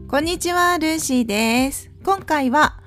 こんにちは、ルーシーです。今回は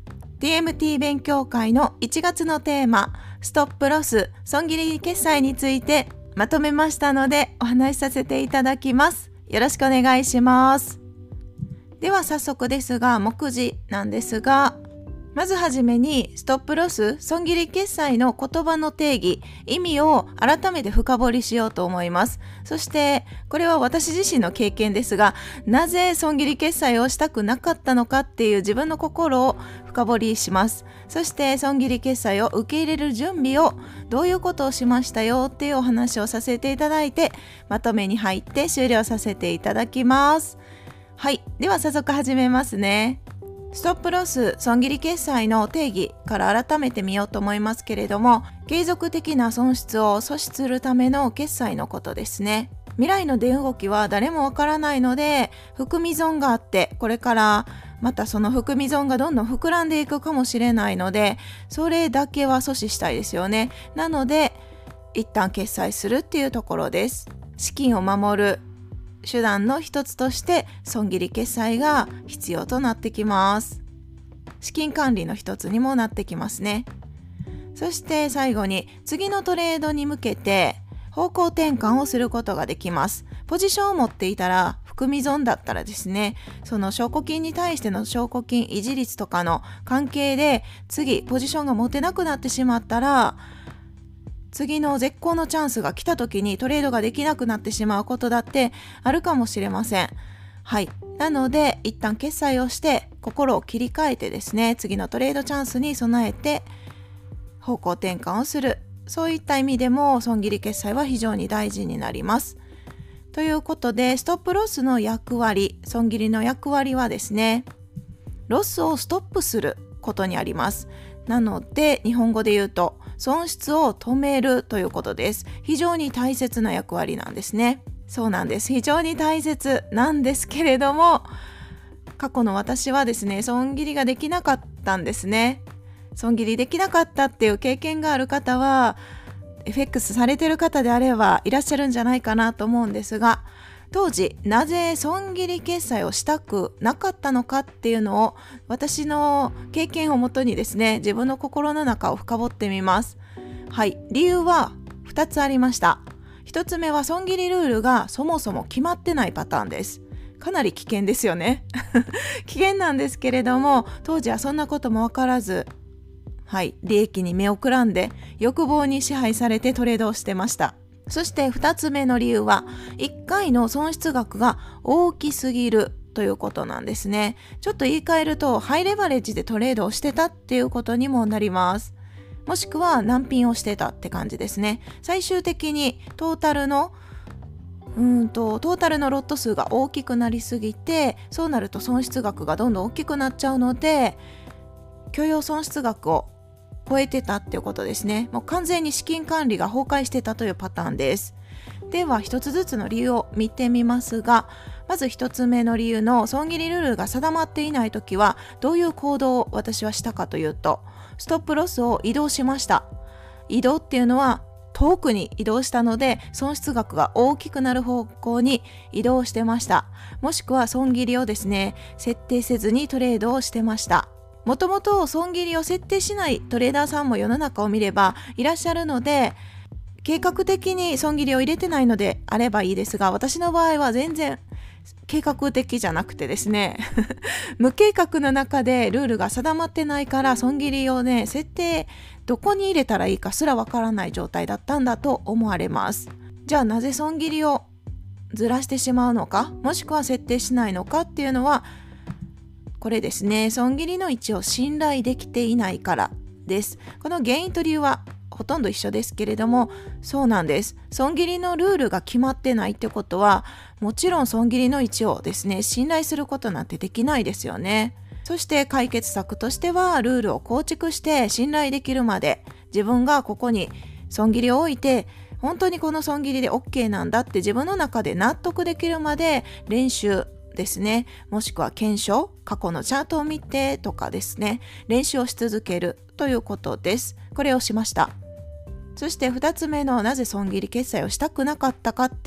TMT 勉強会の1月のテーマ、ストップロス、損切り決済についてまとめましたのでお話しさせていただきます。よろしくお願いします。では早速ですが、目次なんですが、まずはじめにストップロス、損切り決済の言葉の定義、意味を改めて深掘りしようと思います。そしてこれは私自身の経験ですが、なぜ損切り決済をしたくなかったのかっていう自分の心を深掘りします。そして損切り決済を受け入れる準備をどういうことをしましたよっていうお話をさせていただいて、まとめに入って終了させていただきます。はい、では早速始めますね。ストップロス、損切り決済の定義から改めてみようと思いますけれども、継続的な損失を阻止するための決済のことですね。未来の出動きは誰もわからないので、含み損があって、これからまたその含み損がどんどん膨らんでいくかもしれないので、それだけは阻止したいですよね。なので、一旦決済するっていうところです。資金を守る手段の一つとして損切り決済が必要となってきます。資金管理の一つにもなってきますね。そして最後に次のトレードに向けて方向転換をすることができます。ポジションを持っていたら、含み損だったらですね、その証拠金に対しての証拠金維持率とかの関係で次ポジションが持てなくなってしまったら、次の絶好のチャンスが来た時にトレードができなくなってしまうことだってあるかもしれません。はい。なので、一旦決済をして心を切り替えてですね、次のトレードチャンスに備えて方向転換をする。そういった意味でも損切り決済は非常に大事になります。ということで、ストップロスの役割、損切りの役割はですね、ロスをストップすることにあります。なので、日本語で言うと、損失を止めるということです。非常に大切な役割なんですね。そうなんです。非常に大切なんですけれども、過去の私はですね、損切りができなかったんですね。損切りできなかったっていう経験がある方は、FX されてる方であればいらっしゃるんじゃないかなと思うんですが、当時なぜ損切り決済をしたくなかったのかっていうのを、私の経験をもとにですね、自分の心の中を深掘ってみます。はい、理由は2つありました。1つ目は損切りルールがそもそも決まってないパターンです。かなり危険ですよね危険なんですけれども、当時はそんなことも分からず、はい、利益に目をくらんで欲望に支配されてトレードをしてました。そして2つ目の理由は、1回の損失額が大きすぎるということなんですね。ちょっと言い換えると、ハイレバレッジでトレードをしてたっていうことにもなります。もしくは難品をしてたって感じですね。最終的にトータルのロット数が大きくなりすぎて、そうなると損失額がどんどん大きくなっちゃうので、許容損失額を超えてたっていうことですね。もう完全に資金管理が崩壊してたというパターンです。では一つずつの理由を見てみますが、まず一つ目の理由の損切りルールが定まっていないときは、どういう行動を私はしたかというと、ストップロスを移動しました。移動っていうのは遠くに移動したので、損失額が大きくなる方向に移動してました。もしくは損切りをですね、設定せずにトレードをしてました。もともと損切りを設定しないトレーダーさんも世の中を見ればいらっしゃるので、計画的に損切りを入れてないのであればいいですが、私の場合は全然計画的じゃなくてですね無計画の中でルールが定まってないから、損切りをね、設定どこに入れたらいいかすらわからない状態だったんだと思われます。じゃあなぜ損切りをずらしてしまうのか、もしくは設定しないのかっていうのは、これですね、損切りの位置を信頼できていないからです。この原因と理由はほとんど一緒ですけれども、そうなんです。損切りのルールが決まってないってことは、もちろん損切りの位置をですね、信頼することなんてできないですよね。そして解決策としては、ルールを構築して信頼できるまで、自分がここに損切りを置いて、本当にこの損切りで OK なんだって自分の中で納得できるまで練習ですね、もしくは検証、過去のチャートを見てとかですね、練習をし続けるということです。これをしました。そして2つ目のなぜ損切り決済をしたくなかったかっていう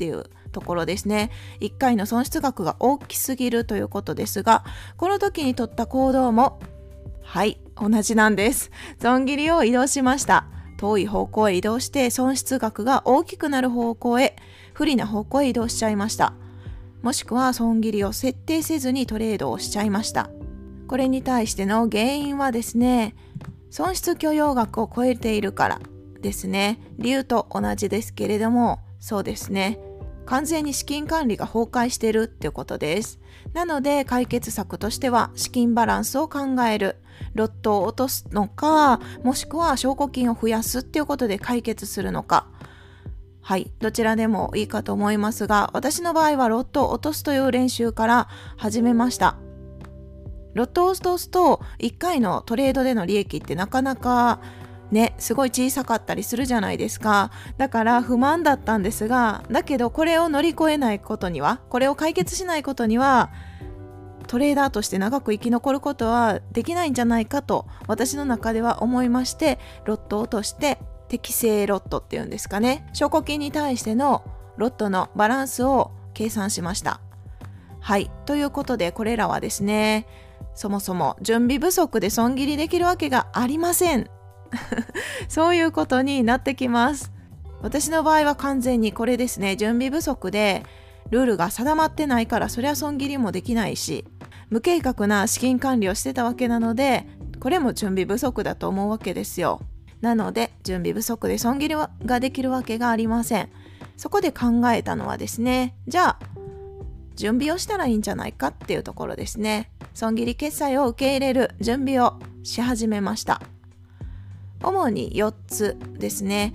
ところですね。1回の損失額が大きすぎるということですが、この時に取った行動も同じなんです。損切りを移動しました。遠い方向へ移動して損失額が大きくなる方向へ、不利な方向へ移動しちゃいました。もしくは損切りを設定せずにトレードをしちゃいました。これに対しての原因はですね、損失許容額を超えているからですね。理由と同じですけれども、そうですね。完全に資金管理が崩壊しているっていうことです。なので解決策としては資金バランスを考える、ロットを落とすのか、もしくは証拠金を増やすっていうことで解決するのか、どちらでもいいかと思いますが、私の場合はロットを落とすという練習から始めました。ロットを落とすと1回のトレードでの利益ってなかなかすごい小さかったりするじゃないですか。だから不満だったんですが、だけどこれを乗り越えないことには、これを解決しないことには、トレーダーとして長く生き残ることはできないんじゃないかと私の中では思いまして、ロットを落として適正ロットっていうんですかね、証拠金に対してのロットのバランスを計算しました。ということで、これらはですね、そもそも準備不足で損切りできるわけがありません。そういうことになってきます。私の場合は完全にこれですね。準備不足でルールが定まってないから、そりゃ損切りもできないし、無計画な資金管理をしてたわけなので、これも準備不足だと思うわけですよ。なので準備不足で損切りができるわけがありません。そこで考えたのはですね、じゃあ準備をしたらいいんじゃないかっていうところですね。損切り決済を受け入れる準備をし始めました。主に4つですね。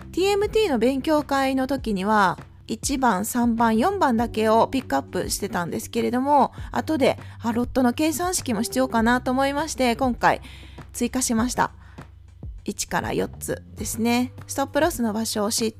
TMT の勉強会の時には1番、3番、4番だけをピックアップしてたんですけれども、後でロットの計算式も必要かなと思いまして、今回追加しました。1から4つですね。ストップロスの場所を知って、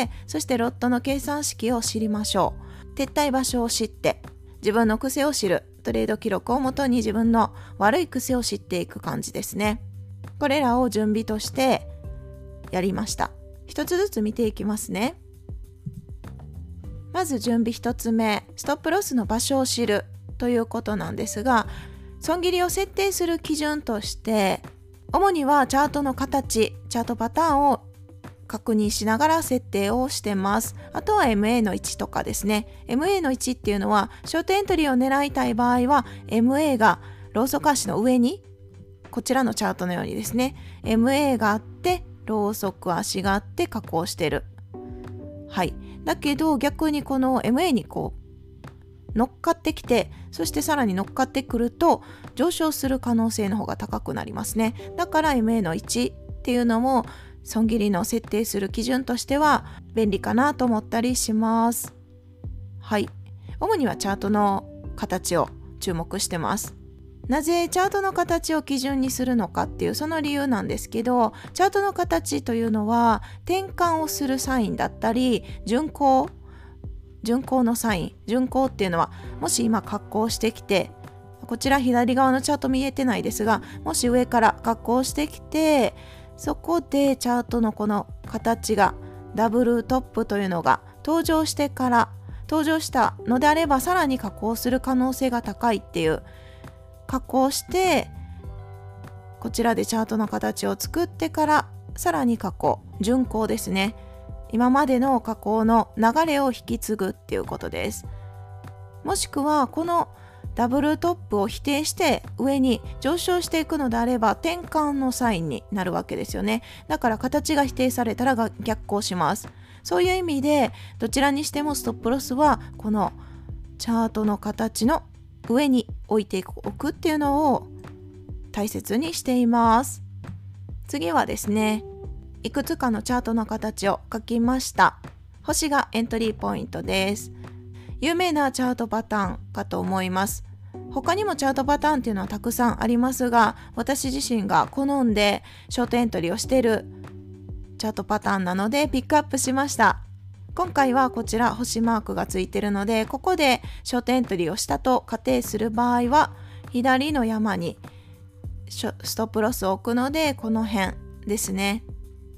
そしてロットの計算式を知りましょう。撤退場所を知って、自分の癖を知る。トレード記録をもとに自分の悪い癖を知っていく感じですね。これらを準備としてやりました。一つずつ見ていきますね。まず準備一つ目、ストップロスの場所を知るということなんですが、損切りを設定する基準として、主にはチャートの形、チャートパターンを確認しながら設定をしてます。あとは MA の位置とかですね。MA の位置っていうのは、ショートエントリーを狙いたい場合は MA がローソク足の上に、こちらのチャートのようにですね、MA があってローソク足があって下降してる。だけど逆にこの MA に乗っかってきて、そしてさらに乗っかってくると上昇する可能性の方が高くなりますね。だから MA の位置っていうのも損切りの設定する基準としては便利かなと思ったりします。主にはチャートの形を注目してます。なぜチャートの形を基準にするのかっていうその理由なんですけど、チャートの形というのは転換をするサインだったり、巡航のサイン、巡航っていうのは、もし今下降してきて、こちら左側のチャート見えてないですが、もし上から下降してきて、そこでチャートのこの形がダブルトップというのが登場したのであれば、さらに下降する可能性が高いっていう、下降してこちらでチャートの形を作ってからさらに下降、巡航ですね。今までの下降の流れを引き継ぐっていうことです。もしくはこのダブルトップを否定して上に上昇していくのであれば転換のサインになるわけですよね。だから形が否定されたら逆行します。そういう意味でどちらにしてもストップロスはこのチャートの形の上に置いておくっていうのを大切にしています。次はですね、いくつかのチャートの形を書きました。星がエントリーポイントです。有名なチャートパターンかと思います。他にもチャートパターンっていうのはたくさんありますが、私自身が好んでショートエントリーをしているチャートパターンなのでピックアップしました。今回はこちら星マークがついているので、ここでショートエントリーをしたと仮定する場合は、左の山にストップロスを置くので、この辺ですね。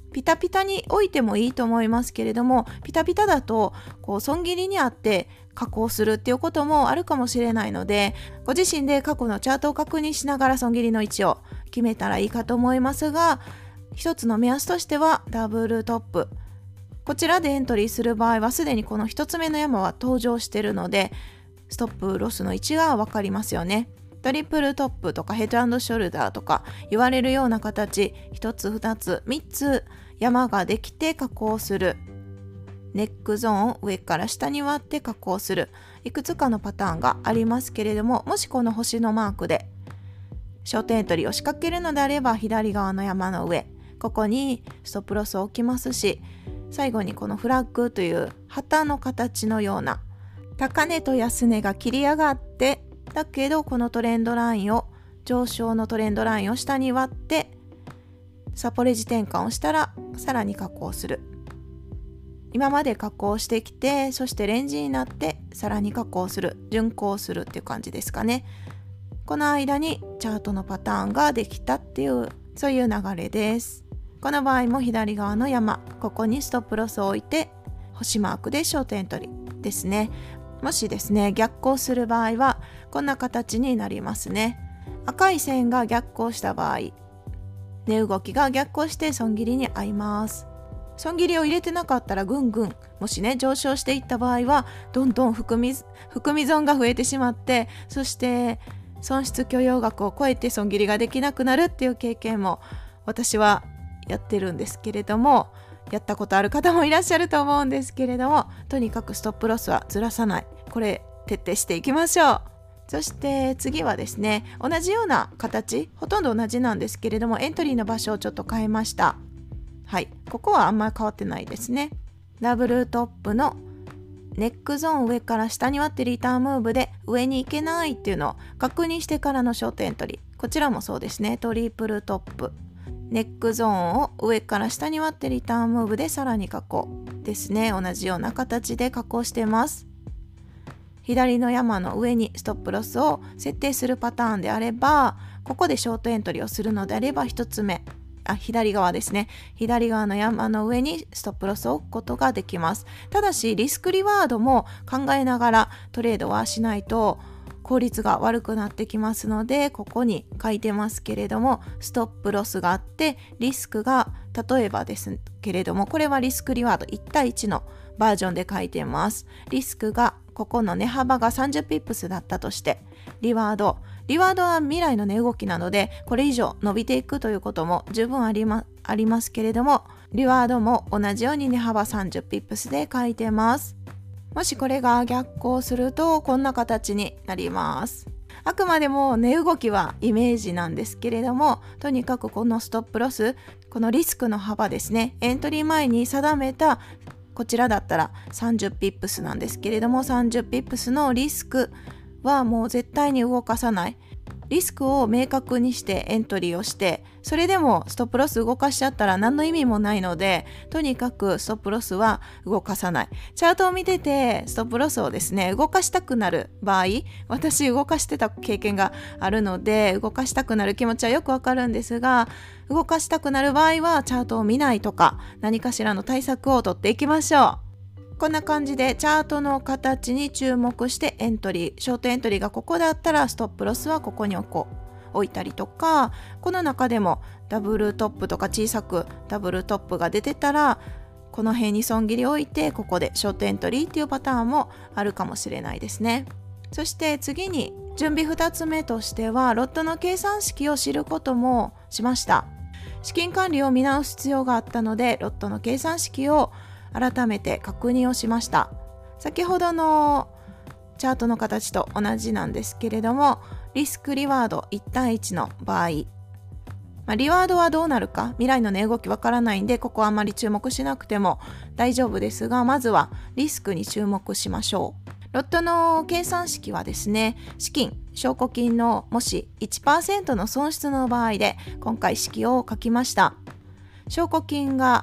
ピタピタに置いてもいいと思いますけれども、ピタピタだと損切りにあって加工するっていうこともあるかもしれないので、ご自身で過去のチャートを確認しながら損切りの位置を決めたらいいかと思いますが、一つの目安としてはダブルトップ、こちらでエントリーする場合はすでにこの一つ目の山は登場しているので、ストップロスの位置が分かりますよね。トリプルトップとかヘッド&ショルダーとか言われるような形、1つ2つ3つ山ができて加工する、ネックゾーンを上から下に割って加工する、いくつかのパターンがありますけれども、もしこの星のマークでショートエントリーを仕掛けるのであれば、左側の山の上、ここにストップロスを置きますし、最後にこのフラッグという旗の形のような高値と安値が切り上がって、だけどこのトレンドラインを、上昇のトレンドラインを下に割ってサポレジ転換をしたらさらに加工する。今まで加工してきて、そしてレンジになってさらに加工する、巡航するっていう感じですかね。この間にチャートのパターンができたっていう、そういう流れです。この場合も左側の山、ここにストップロスを置いて星マークでショートエントリーですね。もしですね、逆行する場合はこんな形になりますね。赤い線が逆行した場合、値動きが逆行して損切りに合います。損切りを入れてなかったらぐんぐん、もしね上昇していった場合はどんどん含み損が増えてしまって、そして損失許容額を超えて損切りができなくなるっていう経験も私はやってるんですけれども、やったことある方もいらっしゃると思うんですけれども、とにかくストップロスはずらさない、これ徹底していきましょう。そして次はですね、同じような形、ほとんど同じなんですけれども、エントリーの場所をちょっと変えました。はい、ここはあんまり変わってないですね。ダブルトップのネックゾーン上から下に割ってリターンムーブで上に行けないっていうのを確認してからのショートエントリー、こちらもそうですね。トリプルトップ、ネックゾーンを上から下に割ってリターンムーブでさらに加工ですね。同じような形で加工しています。左の山の上にストップロスを設定するパターンであれば、ここでショートエントリーをするのであれば1つ目、左側ですね。左側の山の上にストップロスを置くことができます。ただしリスクリワードも考えながらトレードはしないと効率が悪くなってきますので、ここに書いてますけれども、ストップロスがあってリスクが、例えばですけれども、これはリスクリワード1対1のバージョンで書いてます。リスクがここの値幅が30ピップスだったとして、リワードは未来の値動きなので、これ以上伸びていくということも十分ありますけれども、リワードも同じように値幅30ピップスで書いてます。もしこれが逆行するとこんな形になります。あくまでも値動きはイメージなんですけれども、とにかくこのストップロス、このリスクの幅ですね、エントリー前に定めた、こちらだったら30ピップスなんですけれども、30ピップスのリスクはもう絶対に動かさない。リスクを明確にしてエントリーをして、それでもストップロス動かしちゃったら何の意味もないので、とにかくストップロスは動かさない。チャートを見ててストップロスをですね、動かしたくなる場合、私動かしてた経験があるので、動かしたくなる気持ちはよくわかるんですが、動かしたくなる場合はチャートを見ないとか、何かしらの対策を取っていきましょう。こんな感じでチャートの形に注目してエントリー、ショートエントリーがここだったらストップロスはここに置いたりとか、この中でもダブルトップとか小さくダブルトップが出てたら、この辺に損切りを置いてここでショートエントリーっていうパターンもあるかもしれないですね。そして次に準備2つ目としては、ロットの計算式を知ることもしました。資金管理を見直す必要があったので、ロットの計算式を改めて確認をしました。先ほどのチャートの形と同じなんですけれども、リスクリワード1対1の場合、リワードはどうなるか未来の値動きわからないんで、ここはあまり注目しなくても大丈夫ですが、まずはリスクに注目しましょう。ロットの計算式はですね、資金、証拠金のもし 1% の損失の場合で今回式を書きました。証拠金が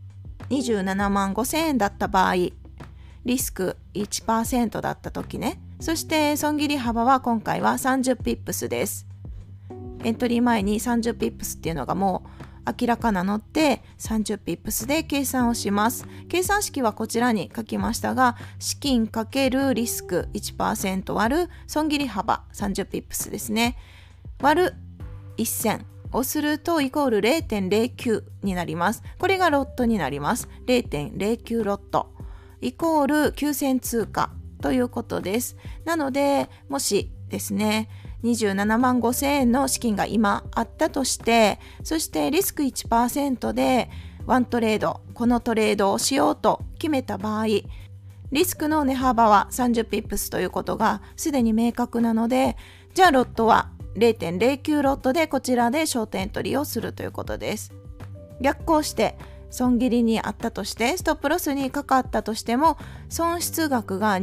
27万5千円だった場合、リスク 1% だった時ね、そして損切り幅は今回は30ピップスです。エントリー前に30ピップスっていうのがもう明らかなので30ピップスで計算をします。計算式はこちらに書きましたが、資金×リスク 1% 割る損切り幅30ピップスですね。割る1000をするとイコール 0.09 になります。これがロットになります。0.09 ロットイコール9000通貨ということです。なので、もしですね、27万5000円の資金が今あったとして、そしてリスク 1% でワントレード、このトレードをしようと決めた場合、リスクの値幅は30ピップスということがすでに明確なので、じゃあロットは0.09 ロットでこちらでショートエントリーをするということです。逆行して損切りにあったとして、ストップロスにかかったとしても、損失額が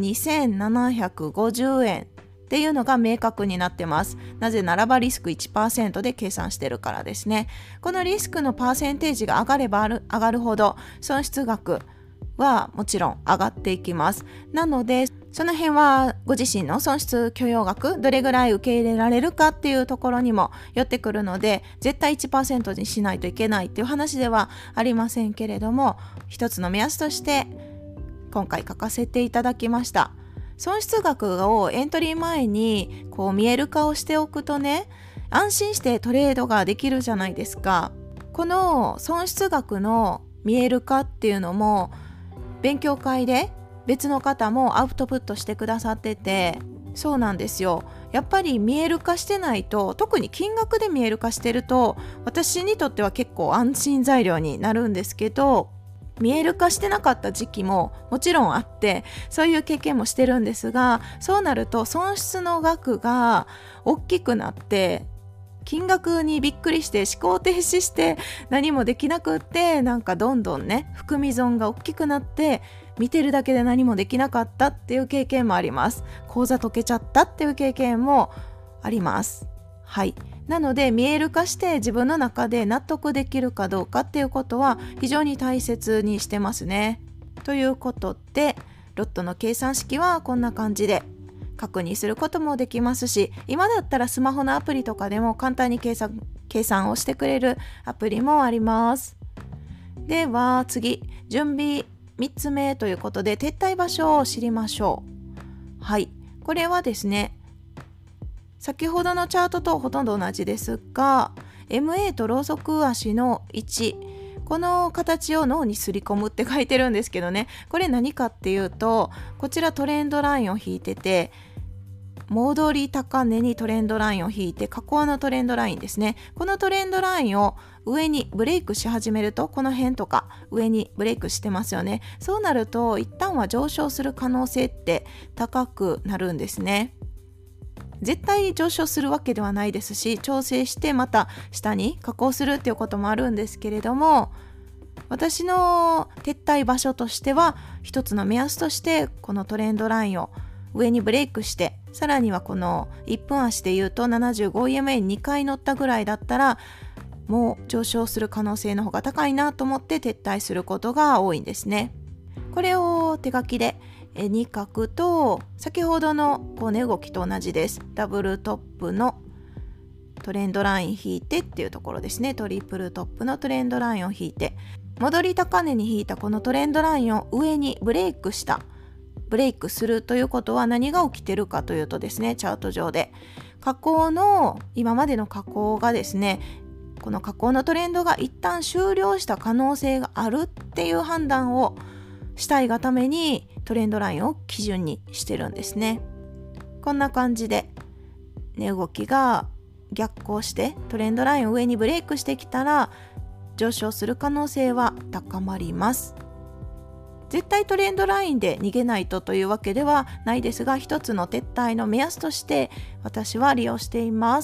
2750円っていうのが明確になってます。なぜならばリスク 1% で計算してるからですね。このリスクのパーセンテージが上がれば上がるほど損失額はもちろん上がっていきます。なのでその辺はご自身の損失許容額どれぐらい受け入れられるかっていうところにもよってくるので、絶対 1% にしないといけないっていう話ではありませんけれども、一つの目安として今回書かせていただきました。損失額をエントリー前に見える化をしておくとね、安心してトレードができるじゃないですか。この損失額の見える化っていうのも勉強会で別の方もアウトプットしてくださってて、そうなんですよ。やっぱり見える化してないと、特に金額で見える化してると私にとっては結構安心材料になるんですけど、見える化してなかった時期ももちろんあって、そういう経験もしてるんですが、そうなると損失の額が大きくなって、金額にびっくりして思考停止して何もできなくって、なんかどんどんね含み損が大きくなって、見てるだけで何もできなかったっていう経験もあります。口座解けちゃったっていう経験もあります。はい。なので見える化して自分の中で納得できるかどうかっていうことは非常に大切にしてますね。ということで、ロットの計算式はこんな感じで確認することもできますし、今だったらスマホのアプリとかでも簡単に計算をしてくれるアプリもあります。では次、準備3つ目ということで、撤退場所を知りましょう。はい。これはですね、先ほどのチャートとほとんど同じですが、MA とローソク足の位置、この形を脳にすり込むって書いてるんですけどね、これ何かっていうと、こちらトレンドラインを引いてて、戻り高値にトレンドラインを引いて、下降のトレンドラインですね。このトレンドラインを上にブレイクし始めると、この辺とか上にブレイクしてますよね。そうなると一旦は上昇する可能性って高くなるんですね。絶対上昇するわけではないですし、調整してまた下に下降するっていうこともあるんですけれども、私の撤退場所としては一つの目安として、このトレンドラインを上にブレイクして、さらにはこの1分足でいうと 75EMA に2回乗ったぐらいだったら、もう上昇する可能性の方が高いなと思って撤退することが多いんですね。これを手書きで2書くと、先ほどの値動きと同じです。ダブルトップのトレンドライン引いてっていうところですね。トリプルトップのトレンドラインを引いて、戻り高値に引いたこのトレンドラインを上にブレイクするということは何が起きてるかというとですね、チャート上で今までの下降がですね、この下降のトレンドが一旦終了した可能性があるっていう判断をしたいがためにトレンドラインを基準にしてるんですね。こんな感じで値動きが逆行してトレンドラインを上にブレイクしてきたら、上昇する可能性は高まります。絶対トレンドラインで逃げないとというわけではないですが、一つの撤退の目安として私は利用しています。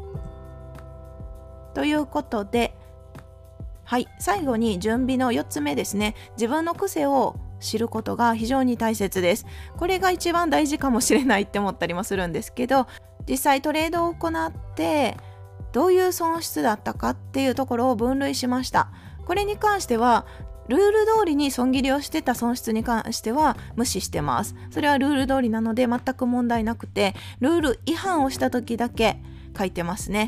ということで、はい、最後に準備の4つ目ですね。自分の癖を知ることが非常に大切です。これが一番大事かもしれないって思ったりもするんですけど、実際トレードを行ってどういう損失だったかっていうところを分類しました。これに関してはルール通りに損切りをしてた損失に関しては無視してます。それはルール通りなので全く問題なくて、ルール違反をした時だけ書いてますね。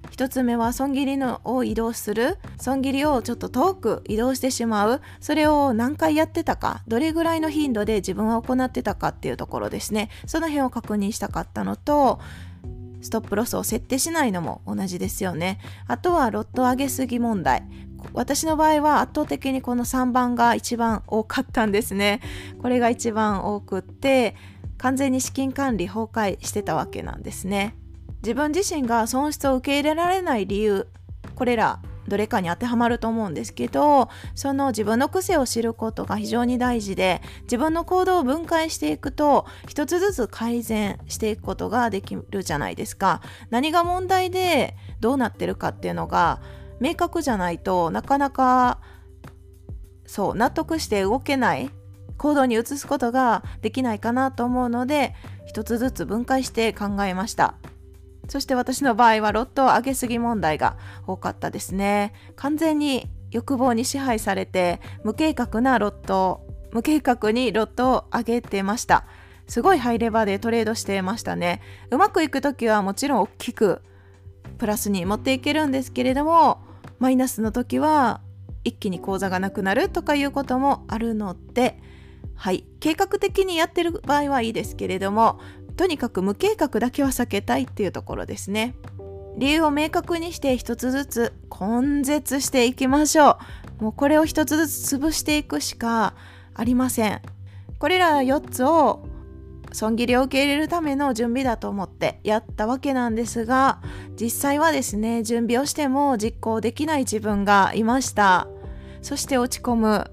1つ目は損切りを移動する。損切りをちょっと遠く移動してしまう。それを何回やってたか、どれぐらいの頻度で自分は行ってたかっていうところですね。その辺を確認したかったのと、ストップロスを設定しないのも同じですよね。あとはロット上げすぎ問題。私の場合は圧倒的にこの3番が一番多かったんですね。これが一番多くって、完全に資金管理崩壊してたわけなんですね。自分自身が損失を受け入れられない理由、これらどれかに当てはまると思うんですけど、その自分の癖を知ることが非常に大事で、自分の行動を分解していくと一つずつ改善していくことができるじゃないですか。何が問題でどうなってるかっていうのが明確じゃないと、なかなか納得して動けない、行動に移すことができないかなと思うので、一つずつ分解して考えました。そして私の場合はロットを上げすぎ問題が多かったですね。完全に欲望に支配されて無計画にロットを上げてました。すごいハイレバーでトレードしてましたね。うまくいくときはもちろん大きくプラスに持っていけるんですけれども、マイナスの時は一気に口座がなくなるとかいうこともあるので、計画的にやってる場合はいいですけれども、とにかく無計画だけは避けたいっていうところですね。理由を明確にして一つずつ根絶していきましょう。もうこれを一つずつ潰していくしかありません。これら4つを損切りを受け入れるための準備だと思ってやったわけなんですが、実際はですね、準備をしても実行できない自分がいました。そして落ち込む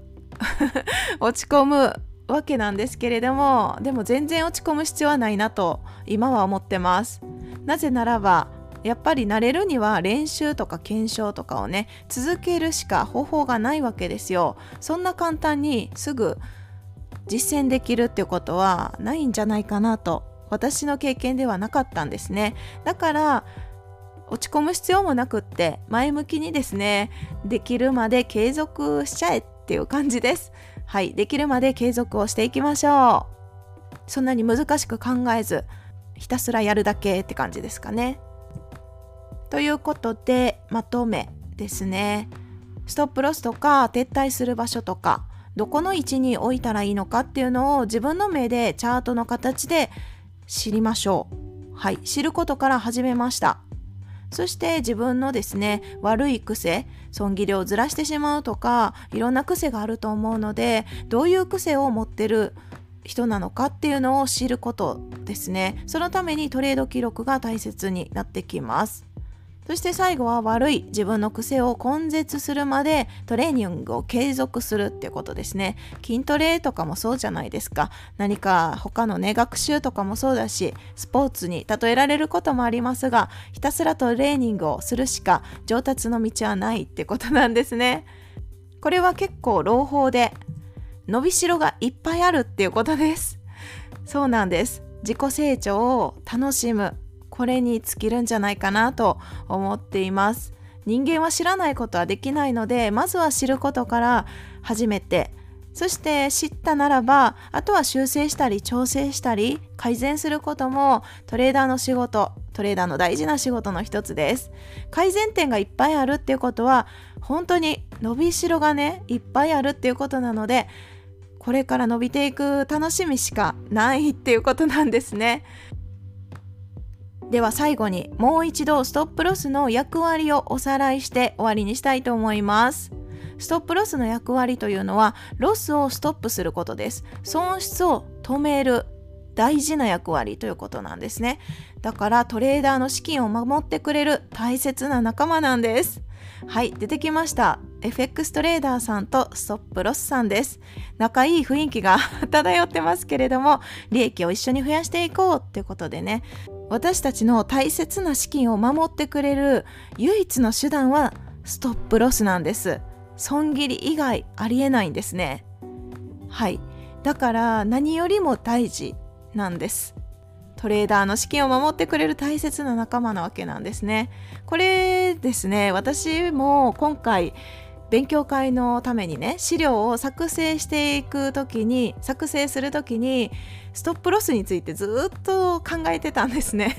わけなんですけれども、でも全然落ち込む必要はないなと今は思ってます。なぜならば、やっぱり慣れるには練習とか検証とかをね、続けるしか方法がないわけですよ。そんな簡単にすぐ実践できるっていうことはないんじゃないかなと、私の経験ではなかったんですね。だから落ち込む必要もなくって、前向きにですね、できるまで継続しちゃえっていう感じです。できるまで継続をしていきましょう。そんなに難しく考えず、ひたすらやるだけって感じですかね。ということで、まとめですね。ストップロスとか撤退する場所とか、どこの位置に置いたらいいのかっていうのを自分の目でチャートの形で知りましょう。知ることから始めました。そして自分のですね、悪い癖、損切りをずらしてしまうとか、いろんな癖があると思うので、どういう癖を持ってる人なのかっていうのを知ることですね。そのためにトレード記録が大切になってきます。そして最後は悪い自分の癖を根絶するまでトレーニングを継続するっていうことですね。筋トレとかもそうじゃないですか。何か他のね、学習とかもそうだし、スポーツに例えられることもありますが、ひたすらトレーニングをするしか上達の道はないってことなんですね。これは結構朗報で伸びしろがいっぱいあるっていうことです。そうなんです。自己成長を楽しむ、これに尽きるんじゃないかなと思っています。人間は知らないことはできないので、まずは知ることから始めて、そして知ったならば、あとは修正したり調整したり改善することもトレーダーの大事な仕事の一つです。改善点がいっぱいあるっていうことは、本当に伸びしろがね、いっぱいあるっていうことなので、これから伸びていく楽しみしかないっていうことなんですね。では最後にもう一度ストップロスの役割をおさらいして終わりにしたいと思います。ストップロスの役割というのは、ロスをストップすることです。損失を止める大事な役割ということなんですね。だからトレーダーの資金を守ってくれる大切な仲間なんです。出てきました。FX トレーダーさんとストップロスさんです。仲いい雰囲気が漂ってますけれども、利益を一緒に増やしていこうっていうことでね、私たちの大切な資金を守ってくれる唯一の手段はストップロスなんです。損切り以外ありえないんですね。だから何よりも大事なんです。トレーダーの資金を守ってくれる大切な仲間なわけなんですね。これですね、私も今回勉強会のためにね、資料を作成するときにストップロスについてずっと考えてたんですね。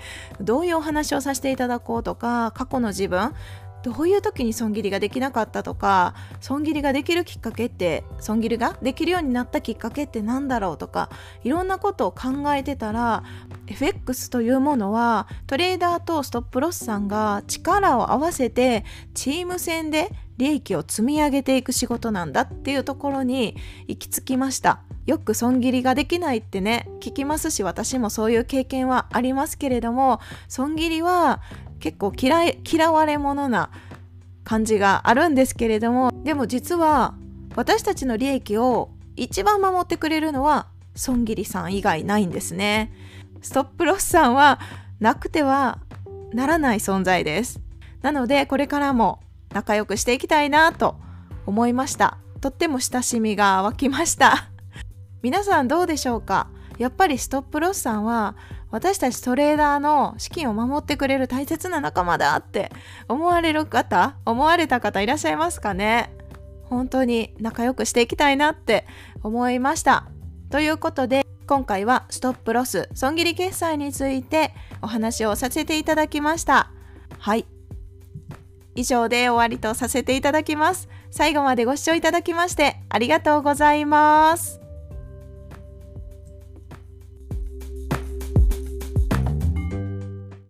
どういうお話をさせていただこうとか、過去の自分どういう時に損切りができなかったとか、損切りができるきっかけって、損切りができるようになったきっかけってなんだろうとか、いろんなことを考えてたら、 FX というものはトレーダーとストップロスさんが力を合わせてチーム戦で利益を積み上げていく仕事なんだっていうところに行き着きました。よく損切りができないってね聞きますし、私もそういう経験はありますけれども、損切りは結構嫌われ者な感じがあるんですけれども、でも実は私たちの利益を一番守ってくれるのは損切りさん以外ないんですね。ストップロスさんはなくてはならない存在です。なのでこれからも仲良くしていきたいなと思いました。とっても親しみが湧きました皆さんどうでしょうか。やっぱりストップロスさんは私たちトレーダーの資金を守ってくれる大切な仲間だって思われた方いらっしゃいますかね。本当に仲良くしていきたいなって思いました。ということで今回はストップロス損切り決済についてお話をさせていただきました。はい、以上で終わりとさせていただきます。最後までご視聴いただきましてありがとうございます。